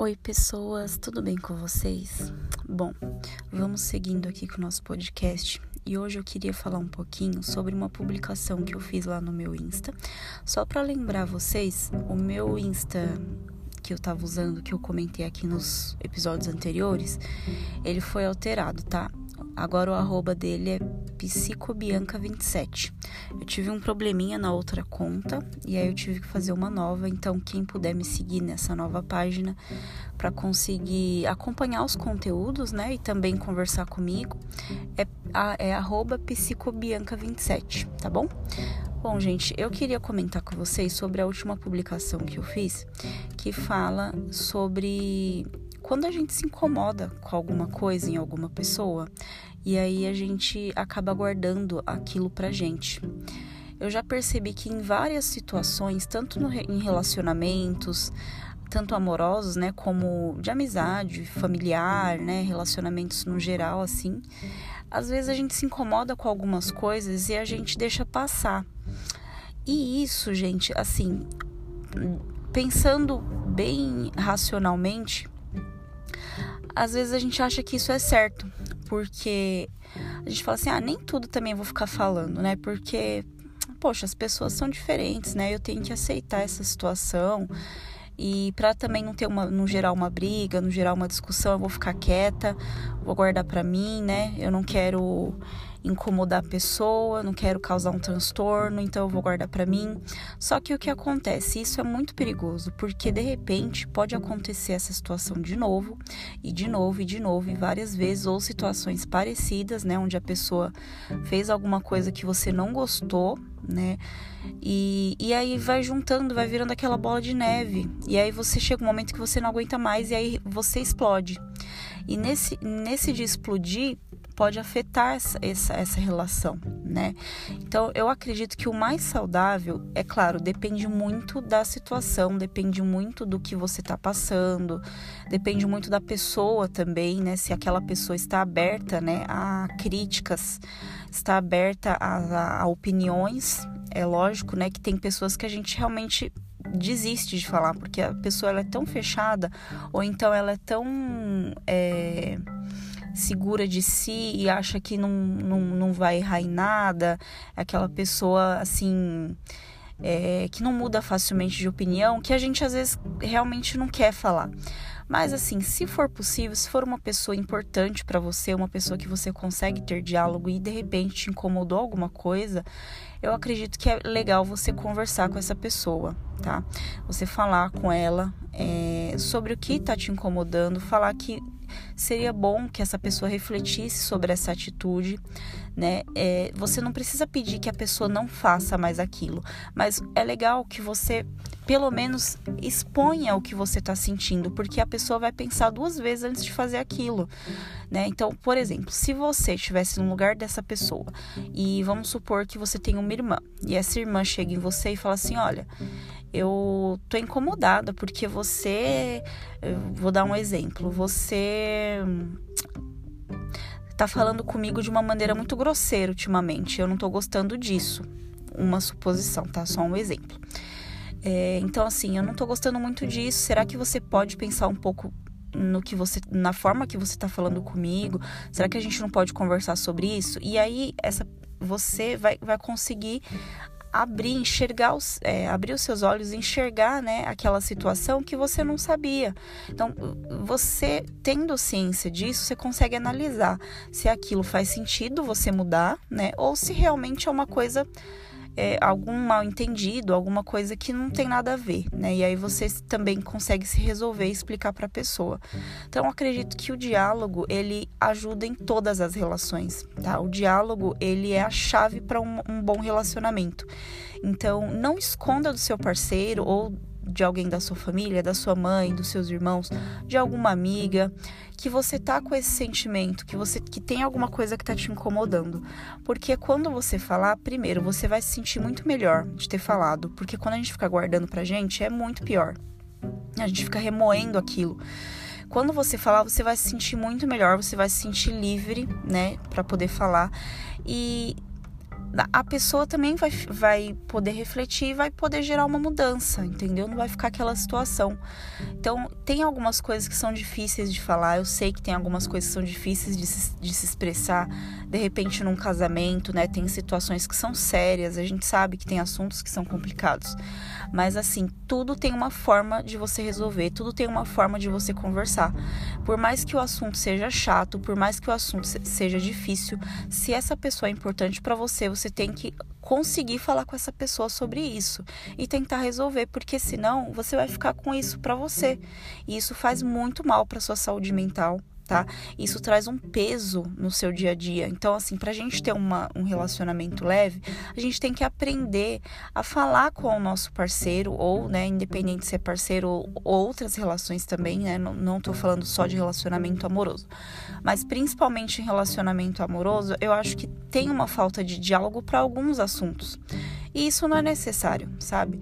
Oi, pessoas, tudo bem com vocês? Bom, vamos seguindo aqui com o nosso podcast e hoje eu queria falar um pouquinho sobre uma publicação que eu fiz lá no meu Insta. Só para lembrar vocês, o meu Insta que eu tava usando, que eu comentei aqui nos episódios anteriores, ele foi alterado, tá? Agora o arroba dele é psicobianca27. Eu tive um probleminha na outra conta e aí eu tive que fazer uma nova. Então quem puder me seguir nessa nova página para conseguir acompanhar os conteúdos, né, e também conversar comigo, é arroba psicobianca27, tá bom? Bom, gente, eu queria comentar com vocês sobre a última publicação que eu fiz, que fala sobre quando a gente se incomoda com alguma coisa em alguma pessoa e aí a gente acaba guardando aquilo pra gente. Eu já percebi que em várias situações, tanto em relacionamentos, tanto amorosos, né, como de amizade, familiar, né, relacionamentos no geral, assim, às vezes a gente se incomoda com algumas coisas e a gente deixa passar. E isso, gente, assim, pensando bem racionalmente, às vezes a gente acha que isso é certo, porque a gente fala assim, nem tudo também eu vou ficar falando, né, porque, poxa, as pessoas são diferentes, né, eu tenho que aceitar essa situação e para também não gerar uma briga, não gerar uma discussão, eu vou ficar quieta, vou guardar pra mim, né, eu não quero incomodar a pessoa, não quero causar um transtorno, então eu vou guardar pra mim. Só que o que acontece? Isso é muito perigoso, porque de repente pode acontecer essa situação de novo, e de novo, e de novo, e várias vezes, ou situações parecidas, né, onde a pessoa fez alguma coisa que você não gostou, né, e aí vai juntando, vai virando aquela bola de neve, e aí você chega um momento que você não aguenta mais, e aí você explode. E nesse de explodir, pode afetar essa relação, né? Então, eu acredito que o mais saudável, é claro, depende muito da situação, depende muito do que você está passando, depende muito da pessoa também, né? Se aquela pessoa está aberta, né, a críticas, está aberta a opiniões. É lógico, né, que tem pessoas que a gente realmente desiste de falar, porque a pessoa ela é tão fechada, ou então ela é tão segura de si e acha que não vai errar em nada, aquela pessoa assim, que não muda facilmente de opinião, que a gente às vezes realmente não quer falar. Mas assim, se for possível, se for uma pessoa importante para você, uma pessoa que você consegue ter diálogo e de repente te incomodou alguma coisa, eu acredito que é legal você conversar com essa pessoa, tá? Você falar com ela sobre o que tá te incomodando, falar que seria bom que essa pessoa refletisse sobre essa atitude, né? Você não precisa pedir que a pessoa não faça mais aquilo, mas é legal que você, pelo menos, exponha o que você está sentindo, porque a pessoa vai pensar duas vezes antes de fazer aquilo, né? Então, por exemplo, se você estivesse no lugar dessa pessoa e vamos supor que você tem uma irmã e essa irmã chega em você e fala assim, olha, eu tô incomodada porque vou dar um exemplo, você tá falando comigo de uma maneira muito grosseira ultimamente, eu não tô gostando disso, uma suposição, tá? Só um exemplo. Então assim, eu não tô gostando muito disso, será que você pode pensar um pouco na forma que você tá falando comigo? Será que a gente não pode conversar sobre isso? E aí você vai conseguir enxergar abrir os seus olhos e enxergar, né, aquela situação que você não sabia. Então, você tendo ciência disso, você consegue analisar se aquilo faz sentido você mudar, né, ou se realmente é uma coisa, algum mal entendido, alguma coisa que não tem nada a ver, né? E aí você também consegue se resolver e explicar para a pessoa. Então, eu acredito que o diálogo, ele ajuda em todas as relações, tá? O diálogo, ele é a chave para um bom relacionamento. Então, não esconda do seu parceiro ou de alguém da sua família, da sua mãe, dos seus irmãos, de alguma amiga, que você tá com esse sentimento, que tem alguma coisa que tá te incomodando. Porque quando você falar, primeiro, você vai se sentir muito melhor de ter falado, porque quando a gente fica guardando pra gente, é muito pior. A gente fica remoendo aquilo. Quando você falar, você vai se sentir muito melhor, você vai se sentir livre, né, pra poder falar. E a pessoa também vai poder refletir e vai poder gerar uma mudança, entendeu? Não vai ficar aquela situação. Então, tem algumas coisas que são difíceis de falar, eu sei que tem algumas coisas que são difíceis de se expressar, de repente num casamento, né? Tem situações que são sérias, a gente sabe que tem assuntos que são complicados, mas assim, tudo tem uma forma de você resolver, tudo tem uma forma de você conversar. Por mais que o assunto seja chato, por mais que o assunto seja difícil, se essa pessoa é importante para você, você tem que conseguir falar com essa pessoa sobre isso e tentar resolver, porque senão você vai ficar com isso para você. E isso faz muito mal para sua saúde mental, tá? Isso traz um peso no seu dia a dia. Então, assim, pra gente ter um relacionamento leve, a gente tem que aprender a falar com o nosso parceiro, ou, né, independente de ser parceiro ou outras relações também, né? Não tô falando só de relacionamento amoroso. Mas, principalmente em relacionamento amoroso, eu acho que tem uma falta de diálogo para alguns assuntos. E isso não é necessário, sabe?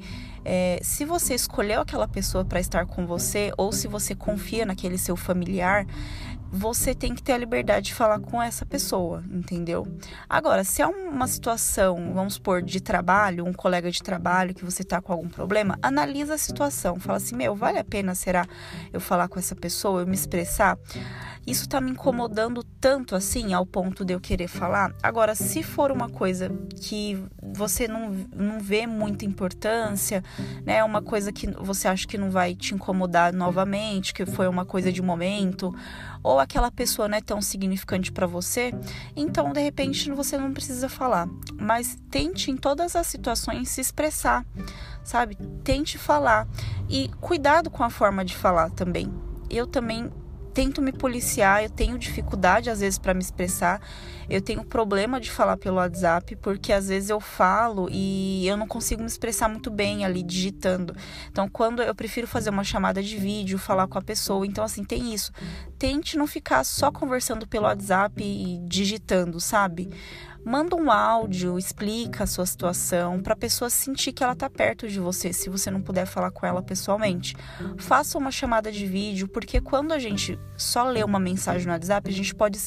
Se você escolheu aquela pessoa para estar com você, ou se você confia naquele seu familiar, você tem que ter a liberdade de falar com essa pessoa, entendeu? Agora, se é uma situação, vamos supor, de trabalho, um colega de trabalho que você tá com algum problema, analisa a situação, fala assim, vale a pena, será, eu falar com essa pessoa, eu me expressar? Isso tá me incomodando tanto assim, ao ponto de eu querer falar? Agora, se for uma coisa que você não vê muita importância, né, uma coisa que você acha que não vai te incomodar novamente, que foi uma coisa de momento, ou aquela pessoa não é tão significante para você, então, de repente, você não precisa falar. Mas tente, em todas as situações, se expressar, sabe? Tente falar. E cuidado com a forma de falar também. Eu também tento me policiar, eu tenho dificuldade às vezes para me expressar, eu tenho problema de falar pelo WhatsApp, porque às vezes eu falo e eu não consigo me expressar muito bem ali digitando. Então, quando eu prefiro fazer uma chamada de vídeo, falar com a pessoa, então assim, tem isso. Tente não ficar só conversando pelo WhatsApp e digitando, sabe? Manda um áudio, explica a sua situação para a pessoa sentir que ela está perto de você, se você não puder falar com ela pessoalmente. Faça uma chamada de vídeo, porque quando a gente só lê uma mensagem no WhatsApp, a gente pode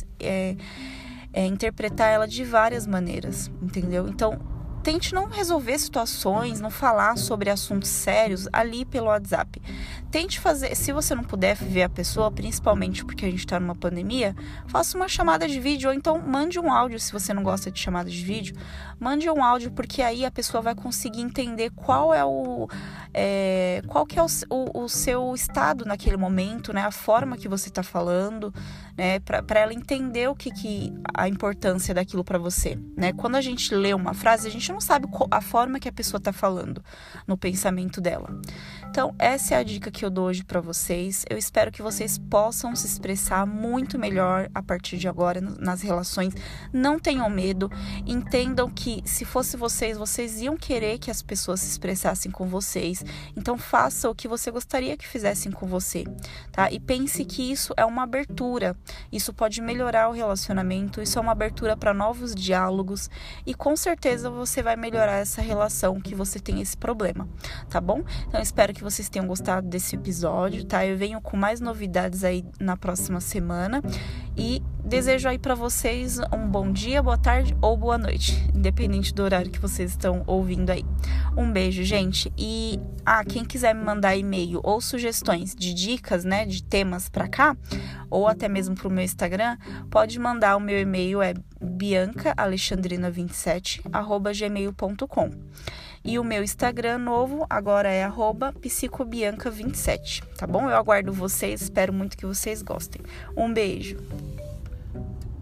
interpretar ela de várias maneiras, entendeu? Então, tente não resolver situações, não falar sobre assuntos sérios ali pelo WhatsApp. Tente fazer, se você não puder ver a pessoa, principalmente porque a gente está numa pandemia, faça uma chamada de vídeo, ou então mande um áudio, se você não gosta de chamada de vídeo, mande um áudio, porque aí a pessoa vai conseguir entender qual que é o seu estado naquele momento, né? A forma que você está falando, né? Para ela entender a importância daquilo para você, né? Quando a gente lê uma frase, a gente não sabe a forma que a pessoa está falando no pensamento dela. Então, essa é a dica que eu dou hoje para vocês. Eu espero que vocês possam se expressar muito melhor a partir de agora nas relações. Não tenham medo. Entendam que se fosse vocês iam querer que as pessoas se expressassem com vocês. Então, faça o que você gostaria que fizessem com você, tá? E pense que isso é uma abertura. Isso pode melhorar o relacionamento. Isso é uma abertura para novos diálogos. E com certeza você vai melhorar essa relação que você tem esse problema, tá bom? Então, espero que vocês tenham gostado desse episódio, tá? Eu venho com mais novidades aí na próxima semana e desejo aí pra vocês um bom dia, boa tarde ou boa noite, independente do horário que vocês estão ouvindo aí. Um beijo, gente. E quem quiser me mandar e-mail ou sugestões de dicas, né, de temas pra cá, ou até mesmo pro meu Instagram, pode mandar. O meu e-mail é biancaalexandrina27@gmail.com. E o meu Instagram novo agora é @psicobianca27, tá bom? Eu aguardo vocês, espero muito que vocês gostem. Um beijo!